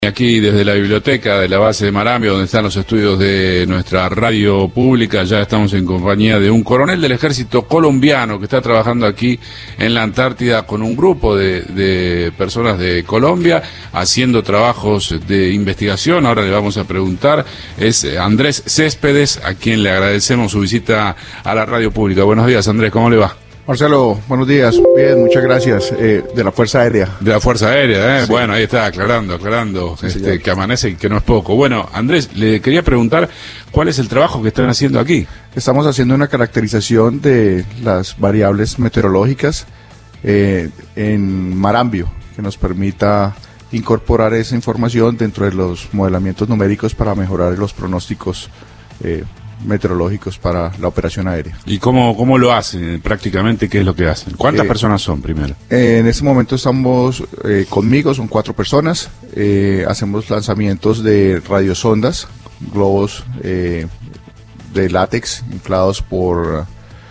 Aquí desde la biblioteca de la base de Marambio, donde están los estudios de nuestra radio pública, ya estamos en compañía de un coronel del ejército colombiano que está trabajando aquí en la Antártida con un grupo de personas de Colombia haciendo trabajos de investigación. Ahora le vamos a preguntar, es Andrés Céspedes, a quien le agradecemos su visita a la radio pública. Buenos días, Andrés, ¿cómo le va? Marcelo, buenos días. Bien, muchas gracias. De la Fuerza Aérea. De la Fuerza Aérea, ¿eh? Sí. Bueno, ahí está, aclarando, Sí, que amanece y que no es poco. Bueno, Andrés, le quería preguntar cuál es el trabajo que están haciendo aquí. Estamos haciendo una caracterización de las variables meteorológicas en Marambio, que nos permita incorporar esa información dentro de los modelamientos numéricos para mejorar los pronósticos meteorológicos para la operación aérea. ¿Y cómo lo hacen prácticamente? ¿Qué es lo que hacen? ¿Cuántas personas son primero? En este momento estamos conmigo, son 4 personas. Hacemos lanzamientos de radiosondas, globos de látex inflados por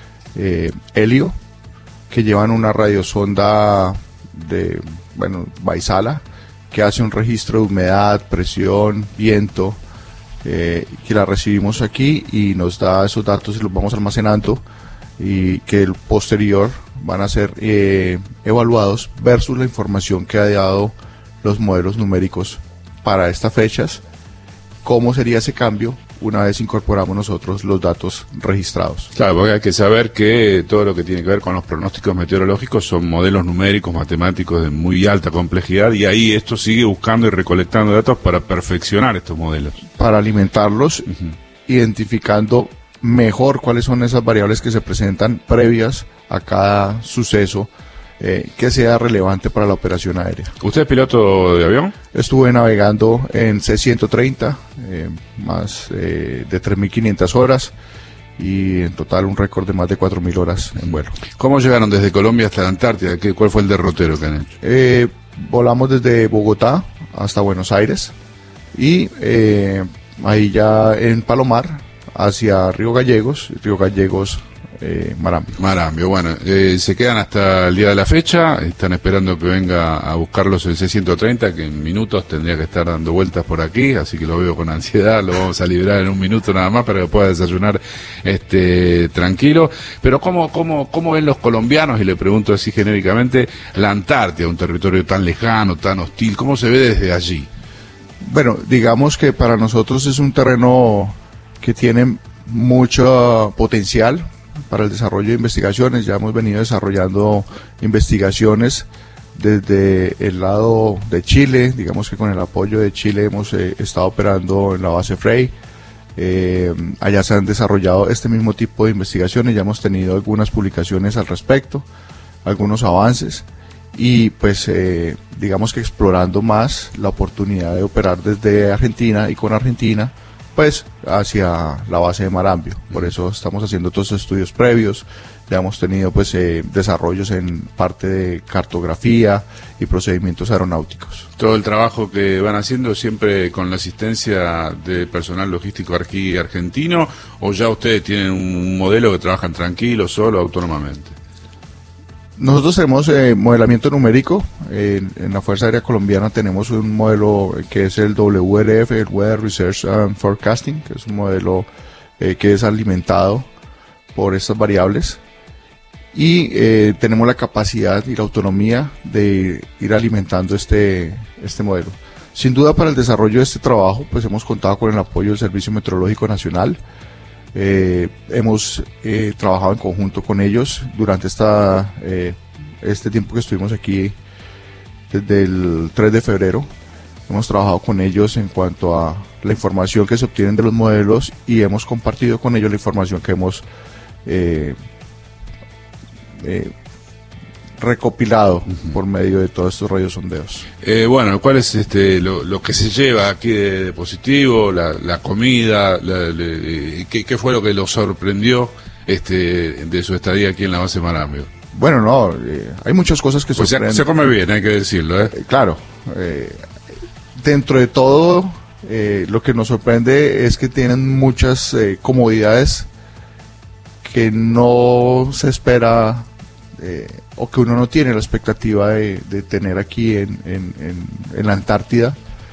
helio, que llevan una radiosonda de, Vaisala, que hace un registro de humedad, presión, viento, que la recibimos aquí y nos da esos datos y los vamos almacenando, y que el posterior van a ser evaluados versus la información que ha dado los modelos numéricos para estas fechas. ¿Cómo sería ese cambio una vez incorporamos nosotros los datos registrados? Claro, porque hay que saber que todo lo que tiene que ver con los pronósticos meteorológicos son modelos numéricos, matemáticos de muy alta complejidad, y ahí esto sigue buscando y recolectando datos para perfeccionar estos modelos. Para alimentarlos, identificando mejor cuáles son esas variables que se presentan previas a cada suceso que sea relevante para la operación aérea. ¿Usted es piloto de avión? Estuve navegando en C-130, más de 3.500 horas, y en total un récord de más de 4.000 horas en vuelo. ¿Cómo llegaron desde Colombia hasta la Antártida? ¿Cuál fue el derrotero que han hecho? Volamos desde Bogotá hasta Buenos Aires, y ahí ya en Palomar hacia Río Gallegos, Marambio, bueno, se quedan hasta el día de la fecha, están esperando que venga a buscarlos el C-130, que en minutos tendría que estar dando vueltas por aquí, así que lo veo con ansiedad, lo vamos a liberar en un minuto nada más para que pueda desayunar tranquilo. Pero ¿cómo ven los colombianos, y le pregunto así genéricamente, la Antártida, un territorio tan lejano, tan hostil? ¿Cómo se ve desde allí? Bueno, digamos que para nosotros es un terreno que tiene mucho potencial para el desarrollo de investigaciones. Ya hemos venido desarrollando investigaciones desde el lado de Chile. Digamos que con el apoyo de Chile hemos estado operando en la base Frey. Allá se han desarrollado este mismo tipo de investigaciones, ya hemos tenido algunas publicaciones al respecto, algunos avances, y pues digamos que explorando más la oportunidad de operar desde Argentina y con Argentina, pues hacia la base de Marambio. Por eso estamos haciendo todos estos estudios previos. Ya hemos tenido pues desarrollos en parte de cartografía y procedimientos aeronáuticos. Todo el trabajo que van haciendo siempre con la asistencia de personal logístico aquí argentino, o ya ustedes tienen un modelo que trabajan tranquilo, solo, autónomamente. Nosotros tenemos modelamiento numérico. En la Fuerza Aérea Colombiana tenemos un modelo que es el WRF, el Weather Research and Forecasting, que es un modelo que es alimentado por estas variables, y tenemos la capacidad y la autonomía de ir alimentando este modelo. Sin duda, para el desarrollo de este trabajo pues hemos contado con el apoyo del Servicio Meteorológico Nacional. Hemos trabajado en conjunto con ellos durante este tiempo que estuvimos aquí, desde el 3 de febrero. Hemos trabajado con ellos en cuanto a la información que se obtienen de los modelos, y hemos compartido con ellos la información que hemos recopilado por medio de todos estos radiosondeos. Bueno, ¿cuál es lo que se lleva aquí de positivo? La comida, ¿qué fue lo que lo sorprendió de su estadía aquí en la base Marambio? Bueno, no, hay muchas cosas que sorprenden. Pues se come bien, hay que decirlo, ¿eh? Claro, dentro de todo, lo que nos sorprende es que tienen muchas comodidades que no se espera o que uno no tiene la expectativa de tener aquí en la Antártida.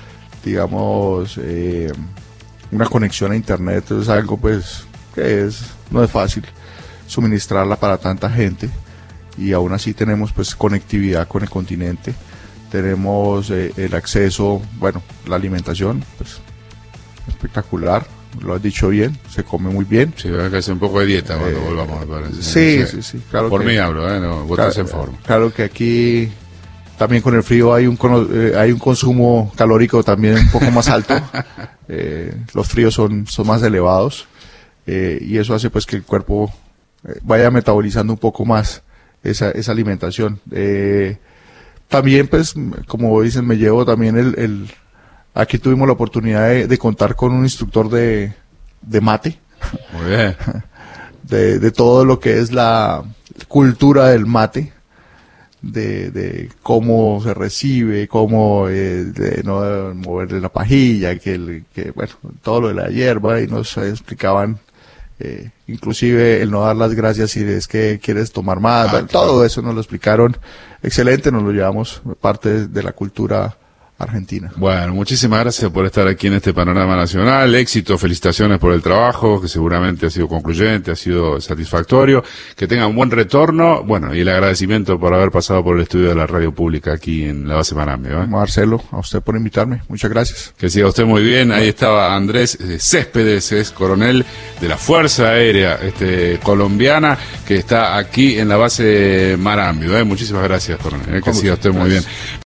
digamos, una conexión a internet es algo pues que no es fácil suministrarla para tanta gente, y aún así tenemos pues conectividad con el continente, tenemos el acceso, bueno, la alimentación pues espectacular, lo has dicho bien, se come muy bien. Sí, va a hacer un poco de dieta cuando volvamos, me parece. Sí, claro. Por mí hablo, ¿no? Vos estás en forma. Claro que aquí también con el frío hay un consumo calórico también un poco más alto. Los fríos son más elevados, y eso hace pues que el cuerpo vaya metabolizando un poco más esa alimentación. También pues, como dicen, me llevo también aquí tuvimos la oportunidad de contar con un instructor de mate. Muy bien. De todo lo que es la cultura del mate, de cómo se recibe, cómo de no moverle la pajilla, bueno, todo lo de la hierba, y nos explicaban inclusive el no dar las gracias si es que quieres tomar más, bueno, claro. Todo eso nos lo explicaron excelente, nos lo llevamos parte de la cultura argentina. Bueno, muchísimas gracias por estar aquí en este panorama nacional. Éxito, felicitaciones por el trabajo, que seguramente ha sido concluyente, ha sido satisfactorio. Que tengan un buen retorno. Bueno, y el agradecimiento por haber pasado por el estudio de la radio pública aquí en la base Marambio. Marcelo, a usted por invitarme. Muchas gracias. Que siga usted muy bien. Ahí estaba Andrés Céspedes, es coronel de la Fuerza Aérea colombiana, que está aquí en la base Marambio. Muchísimas gracias, coronel. Que siga usted muy bien.